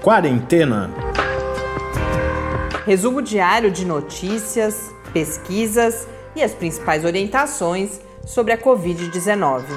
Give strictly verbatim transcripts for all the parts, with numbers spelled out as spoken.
Quarentena. Resumo diário de notícias, pesquisas e as principais orientações sobre a covid dezenove.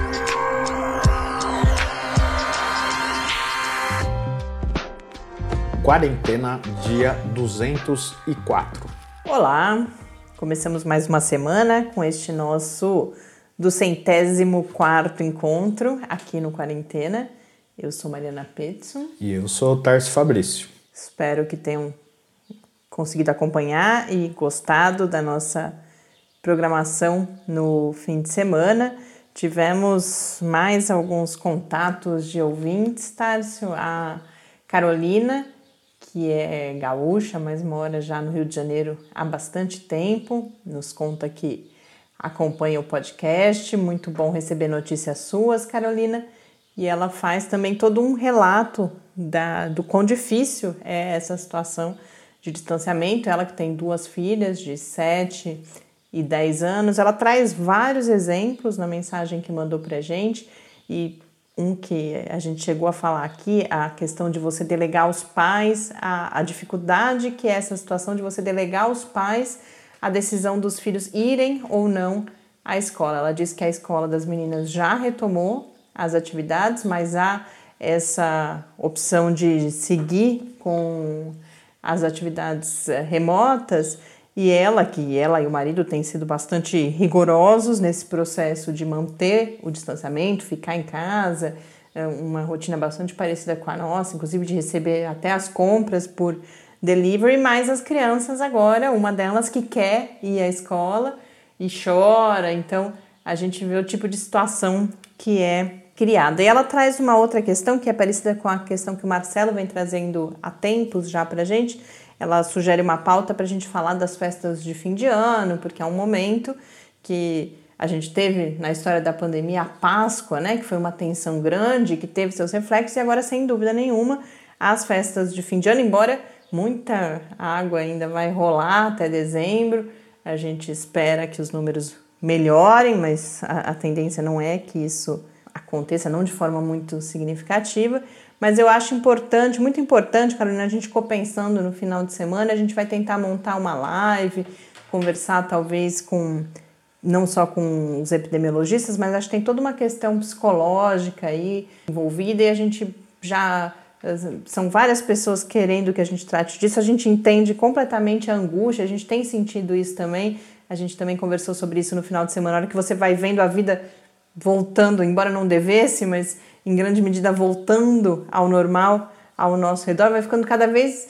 Quarentena, dia duzentos e quatro. Olá, começamos mais uma semana com este nosso duzentésimo quarto encontro aqui no Quarentena. Eu sou Mariana Petson. E eu sou o Tarso Fabrício. Espero que tenham conseguido acompanhar e gostado da nossa programação no fim de semana. Tivemos mais alguns contatos de ouvintes, Tarso. A Carolina, que é gaúcha, mas mora já no Rio de Janeiro há bastante tempo, nos conta que acompanha o podcast. Muito bom receber notícias suas, Carolina. E ela faz também todo um relato da, do quão difícil é essa situação de distanciamento. Ela que tem duas filhas de sete e dez anos, ela traz vários exemplos na mensagem que mandou pra gente, e um que a gente chegou a falar aqui, a questão de você delegar aos pais, a, a dificuldade que é essa situação de você delegar aos pais a decisão dos filhos irem ou não à escola. Ela diz que a escola das meninas já retomou as atividades, mas há essa opção de seguir com as atividades remotas, e ela, que ela e o marido têm sido bastante rigorosos nesse processo de manter o distanciamento, ficar em casa, uma rotina bastante parecida com a nossa, inclusive de receber até as compras por delivery, mas as crianças agora, uma delas que quer ir à escola e chora, então a gente vê o tipo de situação que é criada. E ela traz uma outra questão que é parecida com a questão que o Marcelo vem trazendo há tempos já pra gente. Ela sugere uma pauta pra gente falar das festas de fim de ano, porque é um momento que a gente teve na história da pandemia a Páscoa, né, que foi uma tensão grande, que teve seus reflexos, e agora, sem dúvida nenhuma, as festas de fim de ano, embora muita água ainda vai rolar até dezembro, a gente espera que os números melhorem, mas a, a tendência não é que isso aconteça, não de forma muito significativa, mas eu acho importante, muito importante, Carolina, a gente ficou pensando no final de semana, a gente vai tentar montar uma live, conversar talvez com, não só com os epidemiologistas, mas acho que tem toda uma questão psicológica aí envolvida, e a gente já, são várias pessoas querendo que a gente trate disso, a gente entende completamente a angústia, a gente tem sentido isso também, a gente também conversou sobre isso no final de semana, na hora que você vai vendo a vida voltando, embora não devesse, mas em grande medida voltando ao normal, ao nosso redor, vai ficando cada vez,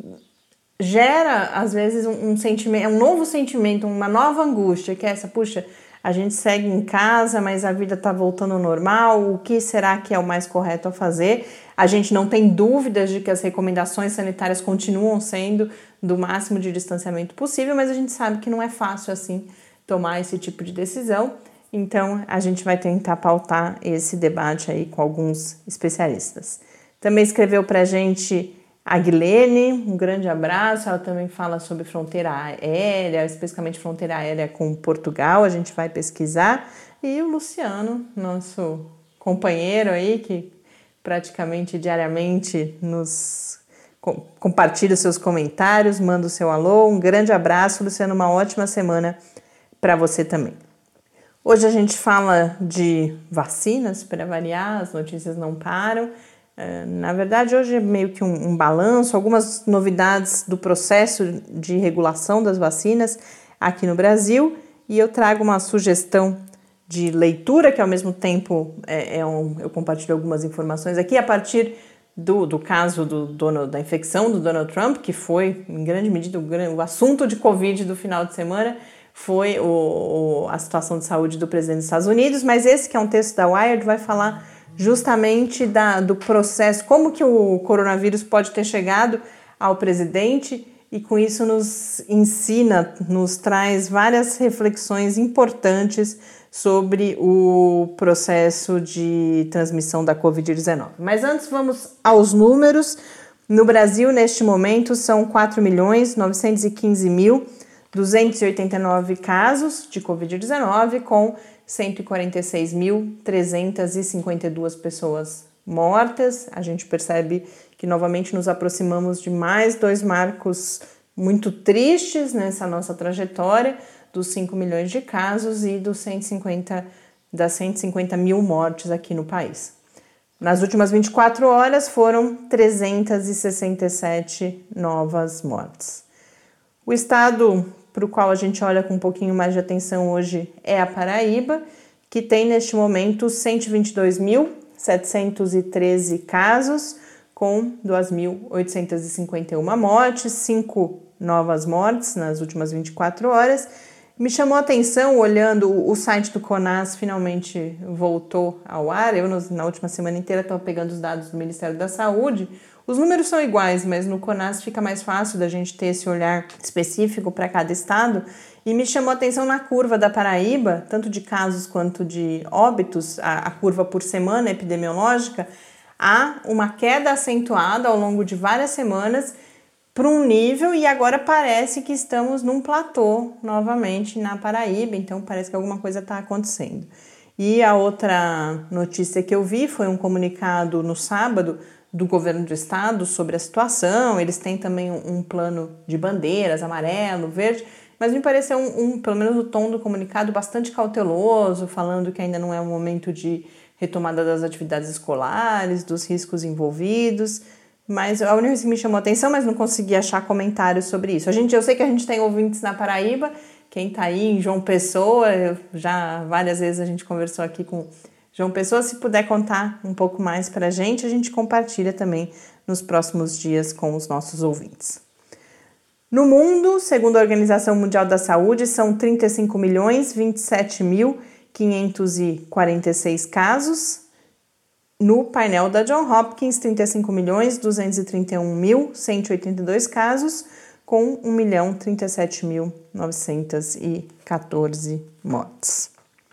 gera às vezes um, um sentimento, um novo sentimento, uma nova angústia, que é essa, puxa, a gente segue em casa, mas a vida está voltando ao normal, o que será que é o mais correto a fazer? A gente não tem dúvidas de que as recomendações sanitárias continuam sendo do máximo de distanciamento possível, mas a gente sabe que não é fácil assim tomar esse tipo de decisão. Então, a gente vai tentar pautar esse debate aí com alguns especialistas. Também escreveu para a gente a Guilene, um grande abraço. Ela também fala sobre fronteira aérea, especificamente fronteira aérea com Portugal, a gente vai pesquisar. E o Luciano, nosso companheiro aí, que praticamente diariamente nos compartilha seus comentários, manda o seu alô. Um grande abraço, Luciano, uma ótima semana para você também. Hoje a gente fala de vacinas, para variar, as notícias não param. Na verdade, hoje é meio que um, um balanço, algumas novidades do processo de regulação das vacinas aqui no Brasil, e eu trago uma sugestão de leitura, que ao mesmo tempo é, é um, eu compartilho algumas informações aqui a partir do, do caso do Donald, da infecção do Donald Trump, que foi, em grande medida, o, o assunto de Covid do final de semana, foi o, o, a situação de saúde do presidente dos Estados Unidos, mas esse que é um texto da Wired vai falar justamente da, do processo, como que o coronavírus pode ter chegado ao presidente, e com isso nos ensina, nos traz várias reflexões importantes sobre o processo de transmissão da covid dezenove. Mas antes vamos aos números. No Brasil, neste momento, são quatro milhões novecentos e quinze mil duzentos e oitenta e nove casos de covid dezenove, com cento e quarenta e seis mil trezentas e cinquenta e duas pessoas mortas. A gente percebe que novamente nos aproximamos de mais dois marcos muito tristes nessa nossa trajetória, dos cinco milhões de casos e dos cento e cinquenta, das cento e cinquenta mil mortes aqui no país. Nas últimas vinte e quatro horas foram trezentas e sessenta e sete novas mortes. O estado para o qual a gente olha com um pouquinho mais de atenção hoje é a Paraíba, que tem neste momento cento e vinte e dois mil setecentos e treze casos, com duas mil oitocentas e cinquenta e uma mortes, cinco novas mortes nas últimas vinte e quatro horas. Me chamou a atenção, olhando, o site do CONAS finalmente voltou ao ar. Eu, na última semana inteira, estava pegando os dados do Ministério da Saúde. Os números são iguais, mas no CONAS fica mais fácil da gente ter esse olhar específico para cada estado. E me chamou a atenção na curva da Paraíba, tanto de casos quanto de óbitos, a, a curva por semana epidemiológica, há uma queda acentuada ao longo de várias semanas para um nível, e agora parece que estamos num platô novamente na Paraíba, então parece que alguma coisa está acontecendo. E a outra notícia que eu vi foi um comunicado no sábado do governo do estado sobre a situação. Eles têm também um, um plano de bandeiras, amarelo, verde, mas me pareceu, um, um, pelo menos o tom do comunicado, bastante cauteloso, falando que ainda não é o momento de retomada das atividades escolares, dos riscos envolvidos. Mas a única coisa que me chamou a atenção, mas não consegui achar comentários sobre isso. A gente, eu sei que a gente tem ouvintes na Paraíba, quem está aí em João Pessoa, eu, já várias vezes a gente conversou aqui com João Pessoa. Se puder contar um pouco mais para a gente, a gente compartilha também nos próximos dias com os nossos ouvintes. No mundo, segundo a Organização Mundial da Saúde, são trinta e cinco milhões vinte e sete mil quinhentos e quarenta e seis casos. No painel da Johns Hopkins, trinta e cinco milhões duzentos e trinta e um mil cento e oitenta e dois casos, com um milhão trinta e sete mil novecentos e quatorze mortes.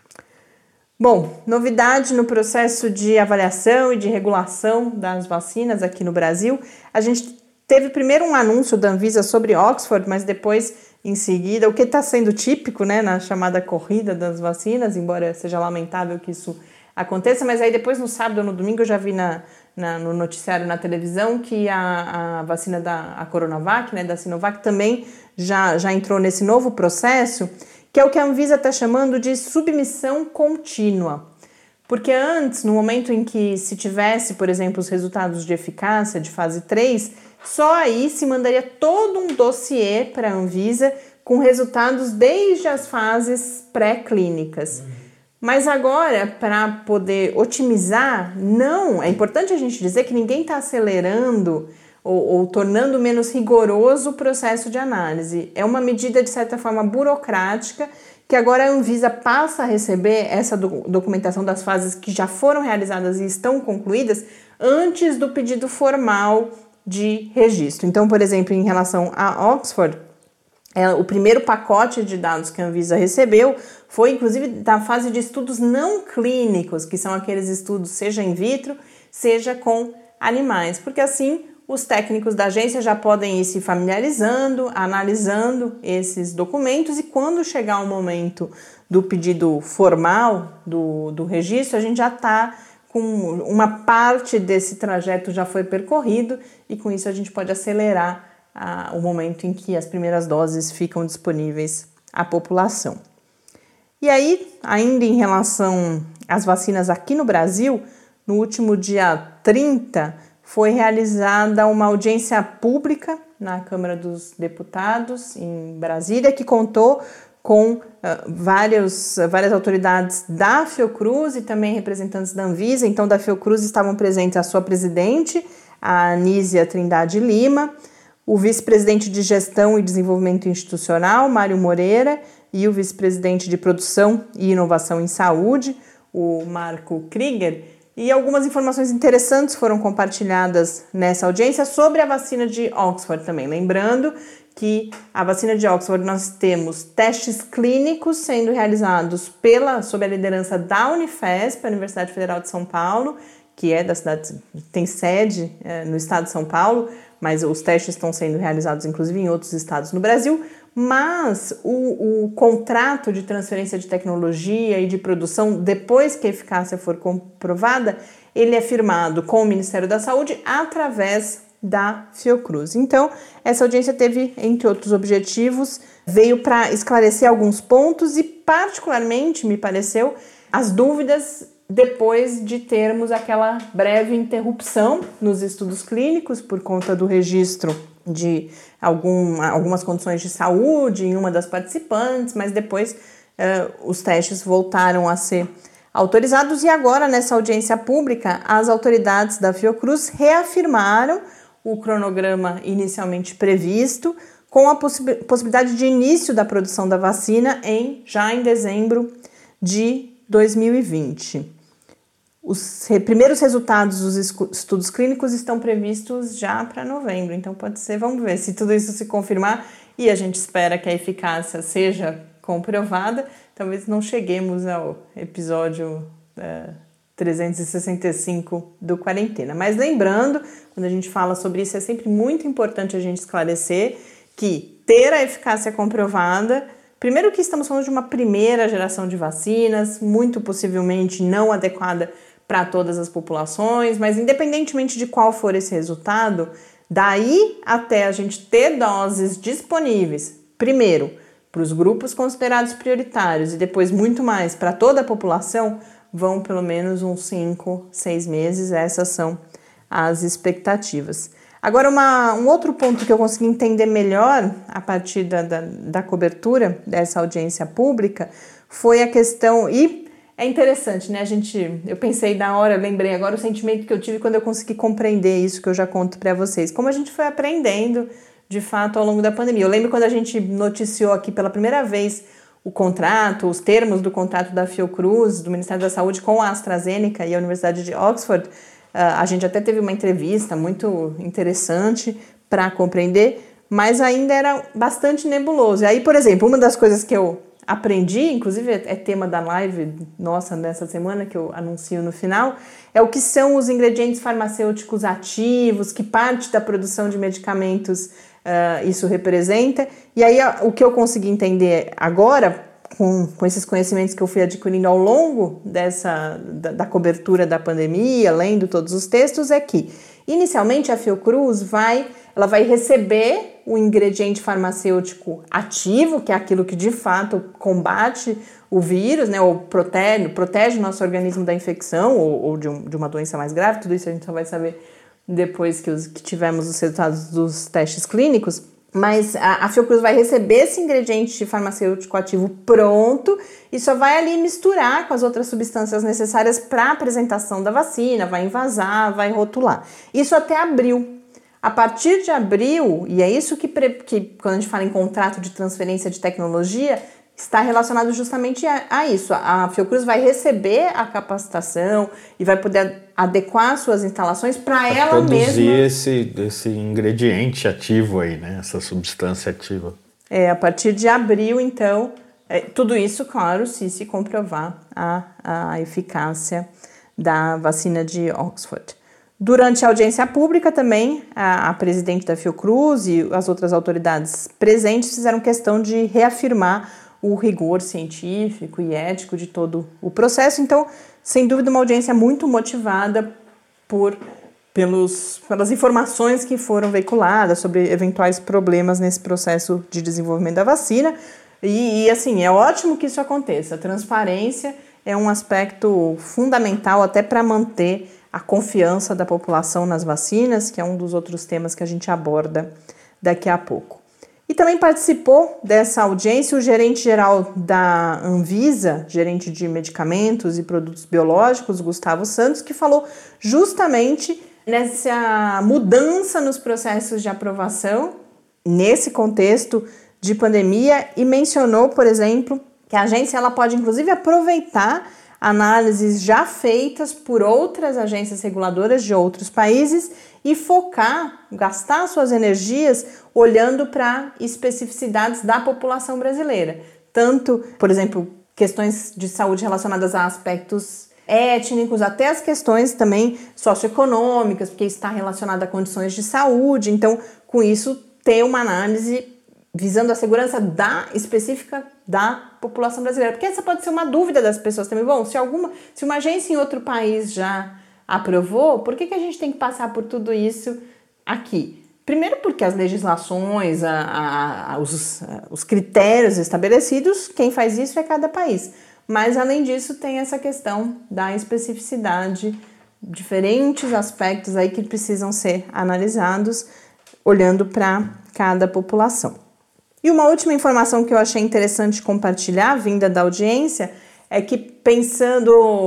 Bom, novidade no processo de avaliação e de regulação das vacinas aqui no Brasil. A gente teve primeiro um anúncio da Anvisa sobre Oxford, mas depois, em seguida, o que está sendo típico, né, na chamada corrida das vacinas, embora seja lamentável que isso aconteça, mas aí depois no sábado ou no domingo eu já vi na, na, no noticiário na televisão que a, a vacina da a Coronavac, né, da Sinovac, também já, já entrou nesse novo processo, que é o que a Anvisa está chamando de submissão contínua. Porque antes, no momento em que se tivesse, por exemplo, os resultados de eficácia de fase três, só aí se mandaria todo um dossiê para a Anvisa com resultados desde as fases pré-clínicas. Mas agora, para poder otimizar, não, é importante a gente dizer que ninguém está acelerando ou, ou tornando menos rigoroso o processo de análise. É uma medida, de certa forma, burocrática, que agora a Anvisa passa a receber essa do, documentação das fases que já foram realizadas e estão concluídas antes do pedido formal de registro. Então, por exemplo, em relação a Oxford, é, o primeiro pacote de dados que a Anvisa recebeu foi, inclusive, da fase de estudos não clínicos, que são aqueles estudos seja in vitro, seja com animais, porque assim os técnicos da agência já podem ir se familiarizando, analisando esses documentos, e quando chegar o momento do pedido formal do, do registro, a gente já está com uma parte desse trajeto já foi percorrido, e com isso a gente pode acelerar a, o momento em que as primeiras doses ficam disponíveis à população. E aí, ainda em relação às vacinas aqui no Brasil, no último dia trinta, foi realizada uma audiência pública na Câmara dos Deputados, em Brasília, que contou com uh, vários, uh, várias autoridades da Fiocruz e também representantes da Anvisa. Então, da Fiocruz estavam presentes a sua presidente, a Anísia Trindade Lima, o vice-presidente de Gestão e Desenvolvimento Institucional, Mário Moreira, e o vice-presidente de Produção e Inovação em Saúde, o Marco Krieger. E algumas informações interessantes foram compartilhadas nessa audiência sobre a vacina de Oxford também. Lembrando que a vacina de Oxford nós temos testes clínicos sendo realizados pela, sob a liderança da Unifesp, a Universidade Federal de São Paulo, que é da cidade, tem sede é, no estado de São Paulo, mas os testes estão sendo realizados inclusive em outros estados no Brasil. Mas o, o contrato de transferência de tecnologia e de produção, depois que a eficácia for comprovada, ele é firmado com o Ministério da Saúde através da Fiocruz. Então, essa audiência teve, entre outros objetivos, veio para esclarecer alguns pontos e, particularmente, me pareceu, as dúvidas depois de termos aquela breve interrupção nos estudos clínicos por conta do registro de algum, algumas condições de saúde em uma das participantes, mas depois uh, os testes voltaram a ser autorizados e agora, nessa audiência pública, as autoridades da Fiocruz reafirmaram o cronograma inicialmente previsto, com a possi- possibilidade de início da produção da vacina em, já em dezembro de dois mil e vinte. Os re- primeiros resultados dos escu- estudos clínicos estão previstos já para novembro, então pode ser, vamos ver se tudo isso se confirmar e a gente espera que a eficácia seja comprovada, talvez não cheguemos ao episódio é, trezentos e sessenta e cinco do Quarentena. Mas lembrando, quando a gente fala sobre isso, é sempre muito importante a gente esclarecer que ter a eficácia comprovada, primeiro que estamos falando de uma primeira geração de vacinas, muito possivelmente não adequada para todas as populações, mas independentemente de qual for esse resultado, daí até a gente ter doses disponíveis, primeiro, para os grupos considerados prioritários e depois muito mais para toda a população, vão pelo menos uns cinco, seis meses, essas são as expectativas. Agora, uma, um outro ponto que eu consegui entender melhor a partir da, da, da cobertura dessa audiência pública foi a questão, e é interessante, né, a gente, eu pensei na hora, lembrei agora o sentimento que eu tive quando eu consegui compreender isso que eu já conto para vocês, como a gente foi aprendendo de fato ao longo da pandemia. Eu lembro quando a gente noticiou aqui pela primeira vez o contrato, os termos do contrato da Fiocruz, do Ministério da Saúde com a AstraZeneca e a Universidade de Oxford, a gente até teve uma entrevista muito interessante para compreender, mas ainda era bastante nebuloso. E aí, por exemplo, uma das coisas que eu aprendi, inclusive é tema da live nossa nessa semana, que eu anuncio no final, é o que são os ingredientes farmacêuticos ativos, que parte da produção de medicamentos Uh, isso representa, e aí o que eu consegui entender agora, com, com esses conhecimentos que eu fui adquirindo ao longo dessa, da, da cobertura da pandemia, lendo todos os textos, é que inicialmente a Fiocruz vai, ela vai receber o ingrediente farmacêutico ativo, que é aquilo que de fato combate o vírus, né, ou protege, protege o nosso organismo da infecção ou, ou de, um, de uma doença mais grave, tudo isso a gente só vai saber depois que, os, que tivemos os resultados dos testes clínicos, mas a, a Fiocruz vai receber esse ingrediente farmacêutico ativo pronto e só vai ali misturar com as outras substâncias necessárias para a apresentação da vacina, vai envasar, vai rotular. Isso até abril. A partir de abril, e é isso que, que quando a gente fala em contrato de transferência de tecnologia, está relacionado justamente a, a isso. A Fiocruz vai receber a capacitação e vai poder adequar suas instalações para ela produzir mesma. Produzir esse, esse ingrediente ativo aí, né? Essa substância ativa. É, a partir de abril, então, é, tudo isso, claro, se se comprovar a, a eficácia da vacina de Oxford. Durante a audiência pública também, a, a presidente da Fiocruz e as outras autoridades presentes fizeram questão de reafirmar o rigor científico e ético de todo o processo. Então, sem dúvida, uma audiência muito motivada por, pelos, pelas informações que foram veiculadas sobre eventuais problemas nesse processo de desenvolvimento da vacina. E, e assim, é ótimo que isso aconteça. A transparência é um aspecto fundamental até para manter a confiança da população nas vacinas, que é um dos outros temas que a gente aborda daqui a pouco. E também participou dessa audiência o gerente-geral da Anvisa, gerente de medicamentos e produtos biológicos, Gustavo Santos, que falou justamente nessa mudança nos processos de aprovação, nesse contexto de pandemia, e mencionou, por exemplo, que a agência ela pode inclusive aproveitar análises já feitas por outras agências reguladoras de outros países e focar, gastar suas energias olhando para especificidades da população brasileira. Tanto, por exemplo, questões de saúde relacionadas a aspectos étnicos, até as questões também socioeconômicas, porque está relacionada a condições de saúde. Então, com isso, ter uma análise visando a segurança da, específica da população brasileira. Porque essa pode ser uma dúvida das pessoas também. Bom, se, alguma, se uma agência em outro país já aprovou, por que, que a gente tem que passar por tudo isso aqui? Primeiro porque as legislações, a, a, a, os, a, os critérios estabelecidos, quem faz isso é cada país. Mas, além disso, tem essa questão da especificidade, diferentes aspectos aí que precisam ser analisados, olhando para cada população. E uma última informação que eu achei interessante compartilhar, vinda da audiência, é que pensando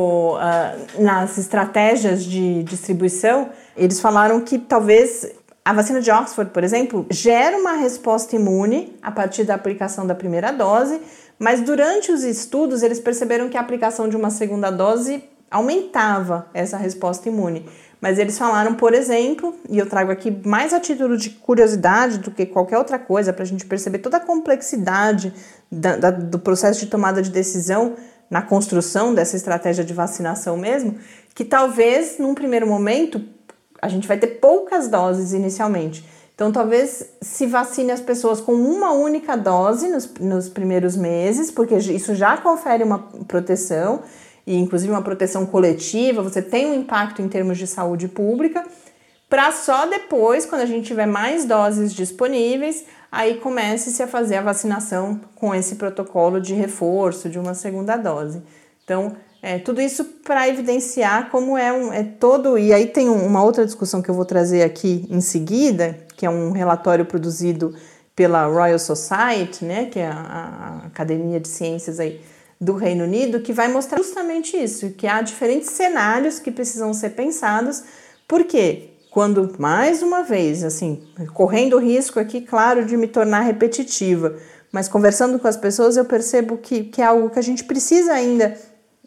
uh, nas estratégias de distribuição, eles falaram que talvez a vacina de Oxford, por exemplo, gera uma resposta imune a partir da aplicação da primeira dose, mas durante os estudos eles perceberam que a aplicação de uma segunda dose aumentava essa resposta imune. Mas eles falaram, por exemplo, e eu trago aqui mais a título de curiosidade do que qualquer outra coisa, para a gente perceber toda a complexidade da, da, do processo de tomada de decisão na construção dessa estratégia de vacinação mesmo, que talvez, num primeiro momento, a gente vai ter poucas doses inicialmente. Então, talvez se vacine as pessoas com uma única dose nos, nos primeiros meses, porque isso já confere uma proteção, e inclusive uma proteção coletiva, você tem um impacto em termos de saúde pública, para só depois, quando a gente tiver mais doses disponíveis, aí comece-se a fazer a vacinação com esse protocolo de reforço de uma segunda dose. Então, é, tudo isso para evidenciar como é, um, é todo... E aí tem um, uma outra discussão que eu vou trazer aqui em seguida, que é um relatório produzido pela Royal Society, né, que é a, a Academia de Ciências aí do Reino Unido, que vai mostrar justamente isso, que há diferentes cenários que precisam ser pensados, porque quando, mais uma vez, assim, correndo o risco aqui, claro, de me tornar repetitiva, mas conversando com as pessoas eu percebo que, que é algo que a gente precisa ainda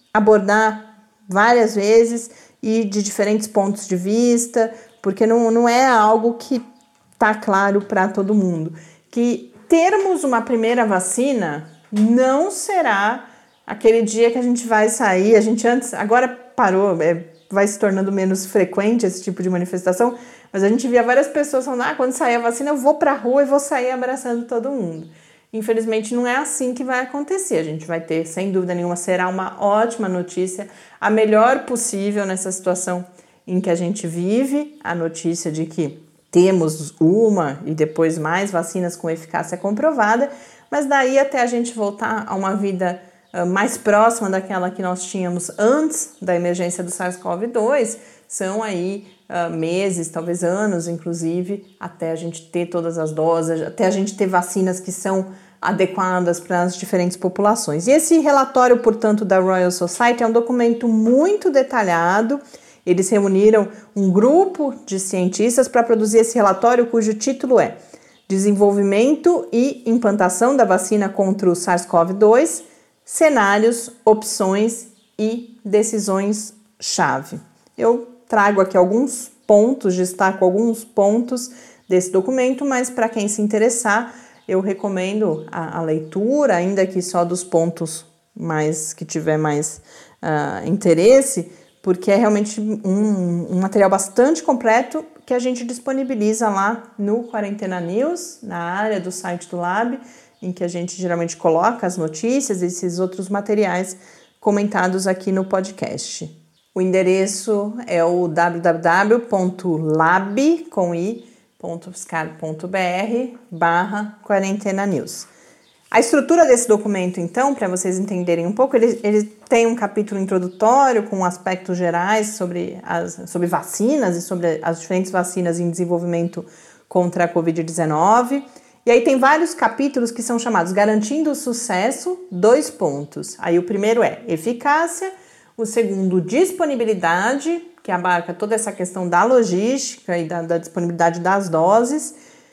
abordar várias vezes e de diferentes pontos de vista, porque não, não é algo que está claro para todo mundo. Que termos uma primeira vacina não será aquele dia que a gente vai sair, a gente antes, agora parou, é, vai se tornando menos frequente esse tipo de manifestação, mas a gente via várias pessoas falando, ah, quando sair a vacina eu vou pra rua e vou sair abraçando todo mundo. Infelizmente não é assim que vai acontecer, a gente vai ter, sem dúvida nenhuma, será uma ótima notícia, a melhor possível nessa situação em que a gente vive, a notícia de que temos uma e depois mais vacinas com eficácia comprovada, mas daí até a gente voltar a uma vida mais próxima daquela que nós tínhamos antes da emergência do SARS-CoV dois, são aí uh, meses, talvez anos, inclusive, até a gente ter todas as doses, até a gente ter vacinas que são adequadas para as diferentes populações. E esse relatório, portanto, da Royal Society é um documento muito detalhado. Eles reuniram um grupo de cientistas para produzir esse relatório, cujo título é Desenvolvimento e Implantação da Vacina contra o SARS-CoV dois, Cenários, Opções e Decisões-Chave. Eu trago aqui alguns pontos, destaco alguns pontos desse documento, mas para quem se interessar, eu recomendo a, a leitura, ainda que só dos pontos mais que tiver mais uh, interesse, porque é realmente um, um material bastante completo que a gente disponibiliza lá no Quarentena News, na área do site do Lab, em que a gente geralmente coloca as notícias e esses outros materiais comentados aqui no podcast. O endereço é o w w w ponto lab ponto fiscar ponto b r barra quarentena news. A estrutura desse documento, então, para vocês entenderem um pouco, ele, ele tem um capítulo introdutório com aspectos gerais sobre, as, sobre vacinas e sobre as diferentes vacinas em desenvolvimento contra a covid dezenove. E aí tem vários capítulos que são chamados Garantindo o Sucesso, dois pontos. Aí o primeiro é Eficácia, o segundo Disponibilidade, que abarca toda essa questão da logística e da, da disponibilidade das doses.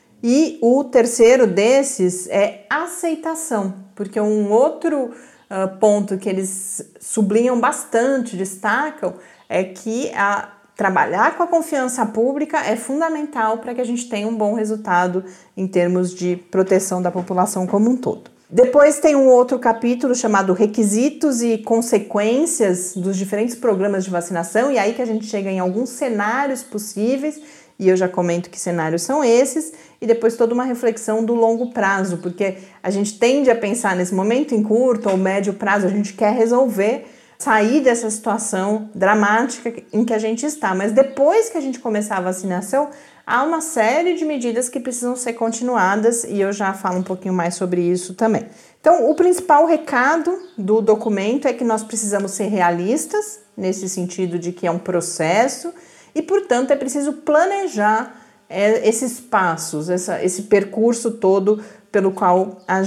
E o terceiro desses é Aceitação, porque um outro uh, ponto que eles sublinham bastante, destacam, é que a trabalhar com a confiança pública é fundamental para que a gente tenha um bom resultado em termos de proteção da população como um todo. Depois tem um outro capítulo chamado Requisitos e Consequências dos diferentes programas de vacinação, e aí que a gente chega em alguns cenários possíveis, e eu já comento que cenários são esses, e depois toda uma reflexão do longo prazo, porque a gente tende a pensar nesse momento em curto ou médio prazo, a gente quer resolver sair dessa situação dramática em que a gente está. Mas depois que a gente começar a vacinação, há uma série de medidas que precisam ser continuadas e eu já falo um pouquinho mais sobre isso também. Então, o principal recado do documento é que nós precisamos ser realistas, nesse sentido de que é um processo e, portanto, é preciso planejar é, esses passos, essa, esse percurso todo pelo qual a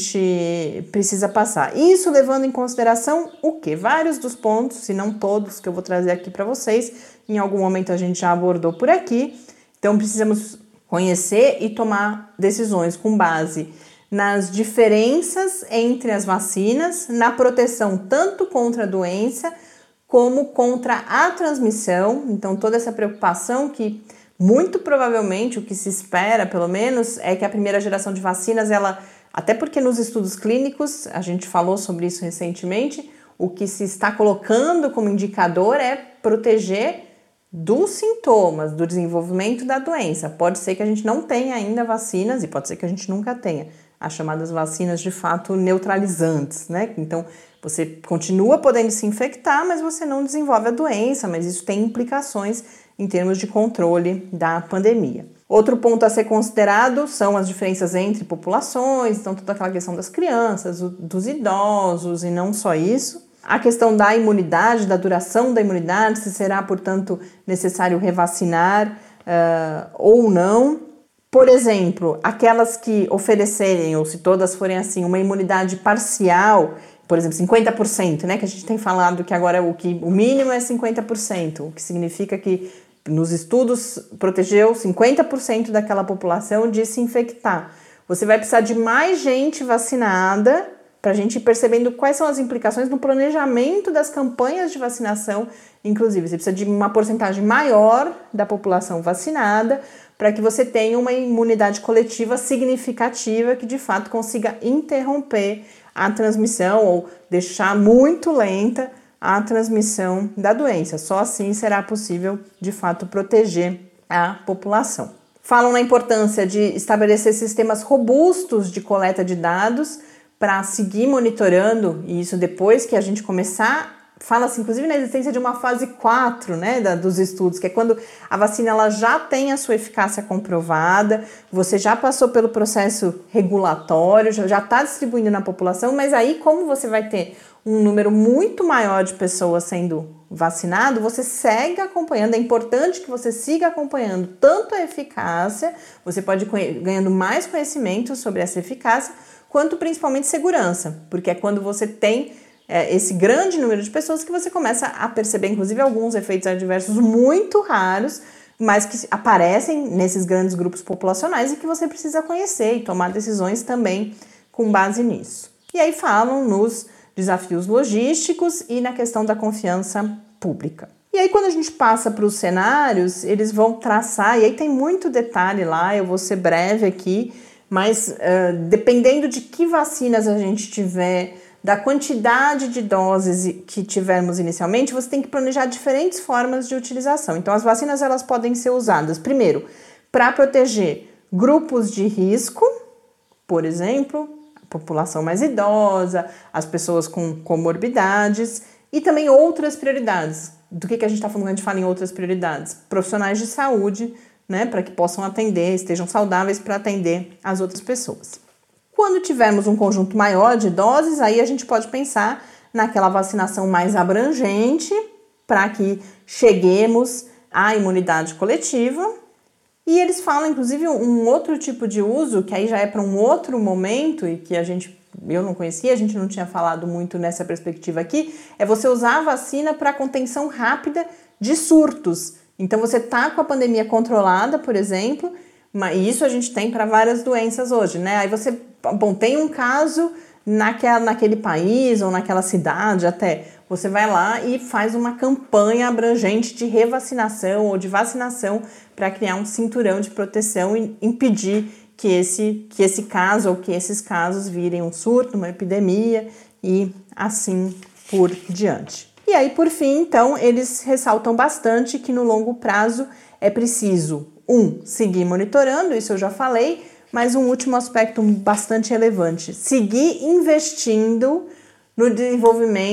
gente precisa passar. Isso levando em consideração o quê? Vários dos pontos, se não todos, que eu vou trazer aqui para vocês. Em algum momento a gente já abordou por aqui. Então, precisamos conhecer e tomar decisões com base nas diferenças entre as vacinas, na proteção tanto contra a doença como contra a transmissão. Então, toda essa preocupação que, muito provavelmente, o que se espera, pelo menos, é que a primeira geração de vacinas, ela, até porque nos estudos clínicos, a gente falou sobre isso recentemente, o que se está colocando como indicador é proteger dos sintomas, do desenvolvimento da doença. Pode ser que a gente não tenha ainda vacinas e pode ser que a gente nunca tenha as chamadas vacinas de fato neutralizantes, né? Então, você continua podendo se infectar, mas você não desenvolve a doença, mas isso tem implicações em termos de controle da pandemia. Outro ponto a ser considerado são as diferenças entre populações, então toda aquela questão das crianças, dos idosos e não só isso. A questão da imunidade, da duração da imunidade, se será, portanto, necessário revacinar uh, ou não. Por exemplo, aquelas que oferecerem, ou se todas forem assim, uma imunidade parcial, por exemplo, cinquenta por cento, né, que a gente tem falado que agora o, que, o mínimo é cinquenta por cento, o que significa que nos estudos protegeu cinquenta por cento daquela população de se infectar. Você vai precisar de mais gente vacinada para a gente ir percebendo quais são as implicações no planejamento das campanhas de vacinação. Inclusive, você precisa de uma porcentagem maior da população vacinada para que você tenha uma imunidade coletiva significativa que, de fato, consiga interromper a transmissão ou deixar muito lenta a transmissão da doença. Só assim será possível, de fato, proteger a população. Falam na importância de estabelecer sistemas robustos de coleta de dados para seguir monitorando, e isso depois que a gente começar, fala-se inclusive na existência de uma fase quatro, né, da, dos estudos, que é quando a vacina ela já tem a sua eficácia comprovada, você já passou pelo processo regulatório, já está distribuindo na população, mas aí como você vai ter um número muito maior de pessoas sendo vacinado, você segue acompanhando, é importante que você siga acompanhando tanto a eficácia, você pode ir ganhando mais conhecimento sobre essa eficácia, quanto principalmente segurança, porque é quando você tem é, esse grande número de pessoas que você começa a perceber, inclusive, alguns efeitos adversos muito raros, mas que aparecem nesses grandes grupos populacionais e que você precisa conhecer e tomar decisões também com base nisso. E aí falam nos desafios logísticos e na questão da confiança pública. E aí quando a gente passa para os cenários, eles vão traçar, e aí tem muito detalhe lá, eu vou ser breve aqui, mas uh, dependendo de que vacinas a gente tiver, da quantidade de doses que tivermos inicialmente, você tem que planejar diferentes formas de utilização. Então, as vacinas elas podem ser usadas, primeiro, para proteger grupos de risco, por exemplo, a população mais idosa, as pessoas com comorbidades e também outras prioridades. Do que, que a gente está falando quando a gente fala em outras prioridades? Profissionais de saúde, né, para que possam atender, estejam saudáveis para atender as outras pessoas. Quando tivermos um conjunto maior de doses, aí a gente pode pensar naquela vacinação mais abrangente para que cheguemos à imunidade coletiva. E eles falam, inclusive, um outro tipo de uso, que aí já é para um outro momento e que a gente, eu não conhecia, a gente não tinha falado muito nessa perspectiva aqui, é você usar a vacina para contenção rápida de surtos. Então, você está com a pandemia controlada, por exemplo, e isso a gente tem para várias doenças hoje, né? Aí você, bom, tem um caso naquela, naquele país ou naquela cidade até, você vai lá e faz uma campanha abrangente de revacinação ou de vacinação para criar um cinturão de proteção e impedir que esse, que esse caso ou que esses casos virem um surto, uma epidemia e assim por diante. E aí, por fim, então, eles ressaltam bastante que no longo prazo é preciso, um, seguir monitorando, isso eu já falei, mas um último aspecto bastante relevante, seguir investindo no desenvolvimento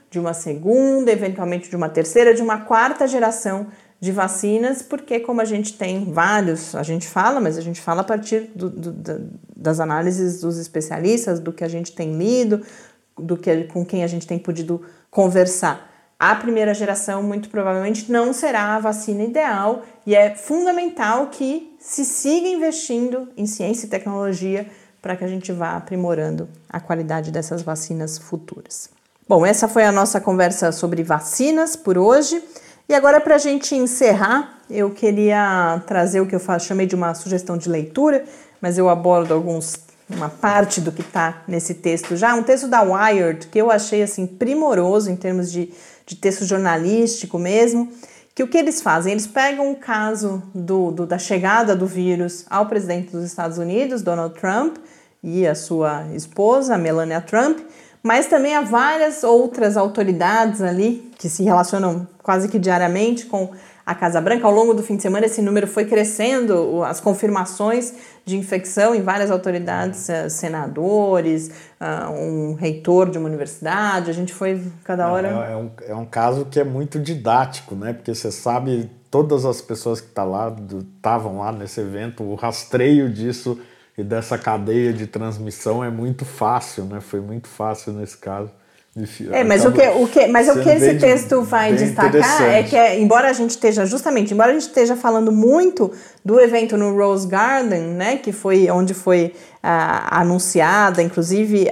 de uma segunda, eventualmente de uma terceira, de uma quarta geração de vacinas, porque como a gente tem vários, a gente fala, mas a gente fala a partir do, do, das análises dos especialistas, do que a gente tem lido, do que, com quem a gente tem podido conversar. A primeira geração, muito provavelmente, não será a vacina ideal e é fundamental que se siga investindo em ciência e tecnologia para que a gente vá aprimorando a qualidade dessas vacinas futuras. Bom, essa foi a nossa conversa sobre vacinas por hoje. E agora, para a gente encerrar, eu queria trazer o que eu chamei de uma sugestão de leitura, mas eu abordo alguns, uma parte do que está nesse texto já. Um texto da Wired, que eu achei assim, primoroso em termos de, de texto jornalístico mesmo, que o que eles fazem? Eles pegam o caso do, do, da chegada do vírus ao presidente dos Estados Unidos, Donald Trump, e a sua esposa, Melania Trump, mas também há várias outras autoridades ali que se relacionam quase que diariamente com a Casa Branca. Ao longo do fim de semana, esse número foi crescendo, as confirmações de infecção em várias autoridades, senadores, um reitor de uma universidade. A gente foi cada hora... É, é, um, é um caso que é muito didático, né? Porque você sabe, todas as pessoas que tá lá, estavam lá nesse evento, o rastreio disso e dessa cadeia de transmissão é muito fácil, né? Foi muito fácil nesse caso. É, mas o que, o que, mas o que esse texto vai destacar é que, é, embora a gente esteja, justamente, embora a gente esteja falando muito do evento no Rose Garden, né, que foi onde foi ah, anunciada, inclusive,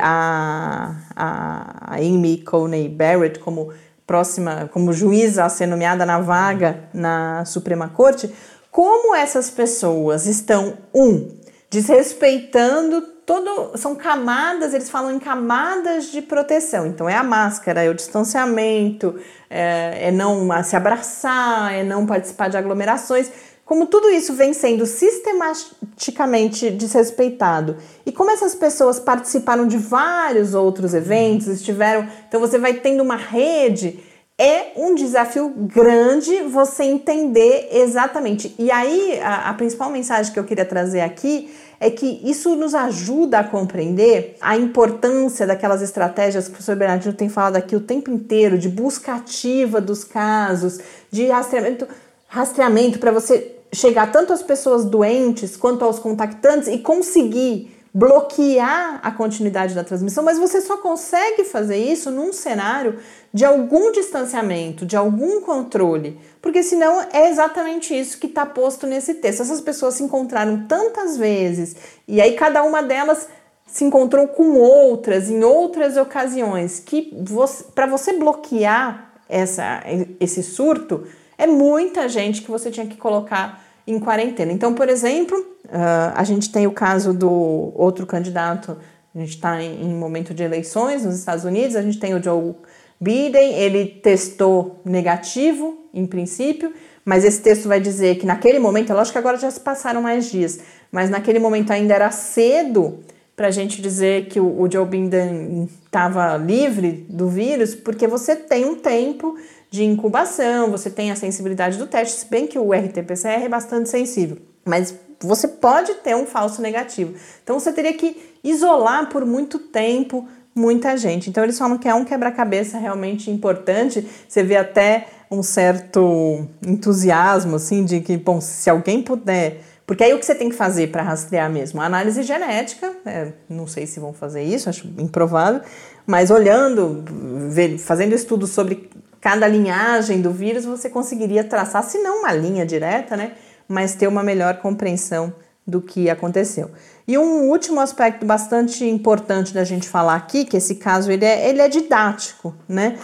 a, a, a Amy Coney Barrett como próxima, como juíza a ser nomeada na vaga na Suprema Corte, como essas pessoas estão, um, desrespeitando todo, são camadas, eles falam em camadas de proteção, então é a máscara, é o distanciamento, é, é não se abraçar, é não participar de aglomerações, como tudo isso vem sendo sistematicamente desrespeitado e como essas pessoas participaram de vários outros eventos, estiveram, então você vai tendo uma rede. É um desafio grande você entender exatamente. E aí, a, a principal mensagem que eu queria trazer aqui é que isso nos ajuda a compreender a importância daquelas estratégias que o professor Bernardino tem falado aqui o tempo inteiro, de busca ativa dos casos, de rastreamento, rastreamento para você chegar tanto às pessoas doentes quanto aos contactantes e conseguir bloquear a continuidade da transmissão, mas você só consegue fazer isso num cenário de algum distanciamento, de algum controle, porque senão é exatamente isso que está posto nesse texto. Essas pessoas se encontraram tantas vezes e aí cada uma delas se encontrou com outras em outras ocasiões que você, para você bloquear essa, esse surto, é muita gente que você tinha que colocar em quarentena. Então, por exemplo, uh, a gente tem o caso do outro candidato, a gente está em, em momento de eleições nos Estados Unidos, a gente tem o Joe Biden, ele testou negativo, em princípio, mas esse texto vai dizer que naquele momento, é lógico que agora já se passaram mais dias, mas naquele momento ainda era cedo para a gente dizer que o, o Joe Biden estava livre do vírus, porque você tem um tempo de incubação, você tem a sensibilidade do teste, se bem que o R T P C R é bastante sensível, mas você pode ter um falso negativo. Então você teria que isolar por muito tempo muita gente. Então eles falam que é um quebra-cabeça realmente importante, você vê até um certo entusiasmo, assim, de que, bom, se alguém puder... Porque aí o que você tem que fazer para rastrear mesmo? A análise genética, é, não sei se vão fazer isso, acho improvável, mas olhando, ver, fazendo estudos sobre cada linhagem do vírus, você conseguiria traçar, se não uma linha direta, né, mas ter uma melhor compreensão do que aconteceu. E um último aspecto bastante importante da gente falar aqui, que esse caso ele é, ele é didático, né,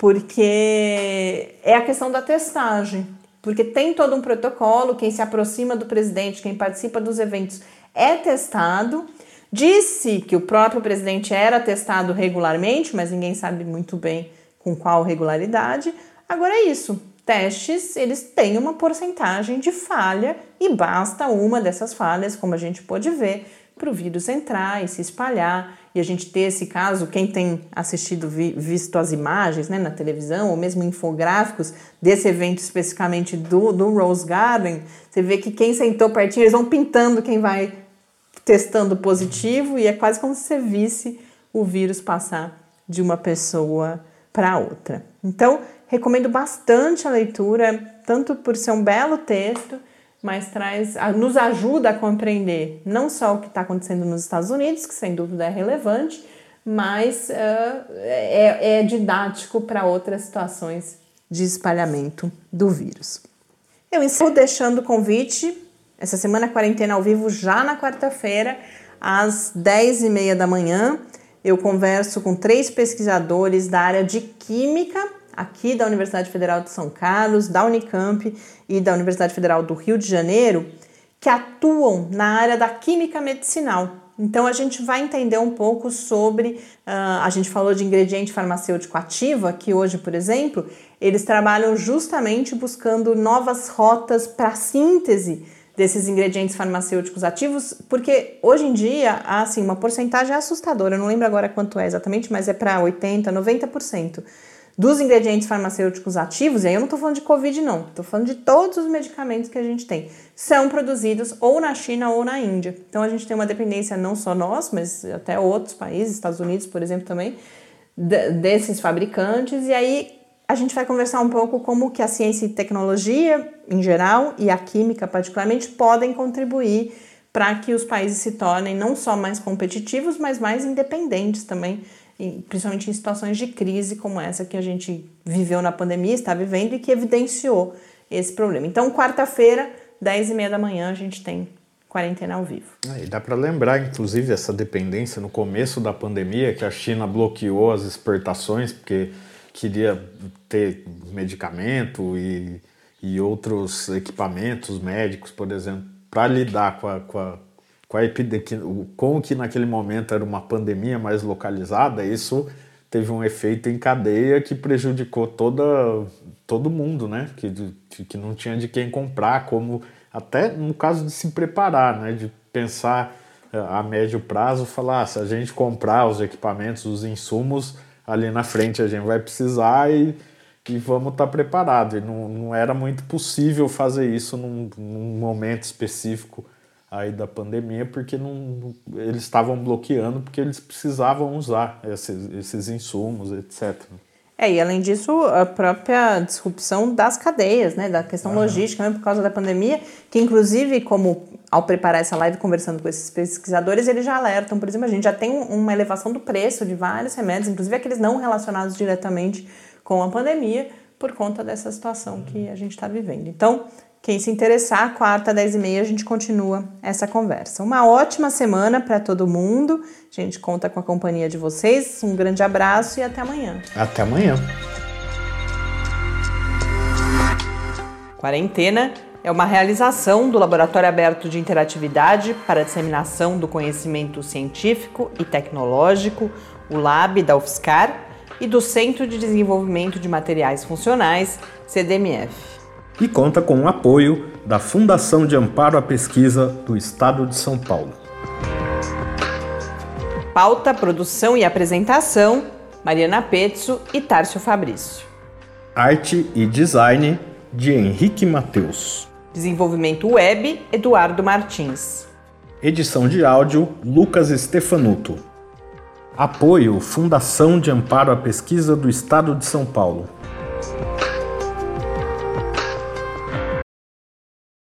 porque é a questão da testagem. Porque tem todo um protocolo, quem se aproxima do presidente, quem participa dos eventos é testado. Disse que o próprio presidente era testado regularmente, mas ninguém sabe muito bem com qual regularidade. Agora é isso, testes, eles têm uma porcentagem de falha e basta uma dessas falhas, como a gente pôde ver, para o vírus entrar e se espalhar. E a gente ter esse caso, quem tem assistido, visto as imagens, né, na televisão, ou mesmo infográficos desse evento especificamente do, do Rose Garden, você vê que quem sentou pertinho, eles vão pintando quem vai testando positivo e é quase como se você visse o vírus passar de uma pessoa para outra. Então, recomendo bastante a leitura, tanto por ser um belo texto, mas traz, nos ajuda a compreender não só o que está acontecendo nos Estados Unidos, que sem dúvida é relevante, mas uh, é, é didático para outras situações de espalhamento do vírus. Eu encerro deixando o convite, essa semana quarentena ao vivo, já na quarta-feira, às dez e meia da manhã. Eu converso com três pesquisadores da área de Química, aqui da Universidade Federal de São Carlos, da Unicamp e da Universidade Federal do Rio de Janeiro, que atuam na área da Química Medicinal. Então, a gente vai entender um pouco sobre, uh, a gente falou de ingrediente farmacêutico ativo, aqui hoje, por exemplo, eles trabalham justamente buscando novas rotas para a síntese desses ingredientes farmacêuticos ativos, porque hoje em dia há assim, uma porcentagem assustadora, eu não lembro agora quanto é exatamente, mas é para oitenta por cento, noventa por cento dos ingredientes farmacêuticos ativos, e aí eu não estou falando de Covid não, estou falando de todos os medicamentos que a gente tem, são produzidos ou na China ou na Índia. Então a gente tem uma dependência não só nós, mas até outros países, Estados Unidos, por exemplo, também, desses fabricantes, e aí a gente vai conversar um pouco como que a ciência e tecnologia, em geral, e a química particularmente, podem contribuir para que os países se tornem não só mais competitivos, mas mais independentes também, principalmente em situações de crise como essa que a gente viveu na pandemia, está vivendo e que evidenciou esse problema. Então, quarta-feira, dez e meia da manhã, a gente tem quarentena ao vivo. E dá para lembrar, inclusive, essa dependência no começo da pandemia, que a China bloqueou as exportações, porque queria ter medicamento e, e outros equipamentos médicos, por exemplo, para lidar com a, com a, com a epidemia, com que naquele momento era uma pandemia mais localizada. Isso teve um efeito em cadeia que prejudicou toda, todo mundo, né? Que, que não tinha de quem comprar, como até no caso de se preparar, né? De pensar a médio prazo, falar, ah, se a gente comprar os equipamentos, os insumos, ali na frente a gente vai precisar e, e vamos estar preparados. E não, não era muito possível fazer isso num, num momento específico aí da pandemia, porque não, eles estavam bloqueando, porque eles precisavam usar esses, esses insumos, etcétera. É, e além disso, a própria disrupção das cadeias, né, da questão ah. logística, mesmo por causa da pandemia, que inclusive, como ao preparar essa live conversando com esses pesquisadores, eles já alertam, por exemplo, a gente já tem uma elevação do preço de vários remédios, inclusive aqueles não relacionados diretamente com a pandemia, por conta dessa situação que a gente está vivendo. Então, quem se interessar, quarta, dez e meia, a gente continua essa conversa. Uma ótima semana para todo mundo. A gente conta com a companhia de vocês. Um grande abraço e até amanhã. Até amanhã. Quarentena é uma realização do Laboratório Aberto de Interatividade para a Disseminação do Conhecimento Científico e Tecnológico, o Lab da UFSCar, e do Centro de Desenvolvimento de Materiais Funcionais, C D M F. E conta com o apoio da Fundação de Amparo à Pesquisa do Estado de São Paulo. Pauta, produção e apresentação, Mariana Pezzo e Tárcio Fabrício. Arte e design, de Henrique Mateus. Desenvolvimento web, Eduardo Martins. Edição de áudio, Lucas Stefanuto. Apoio, Fundação de Amparo à Pesquisa do Estado de São Paulo.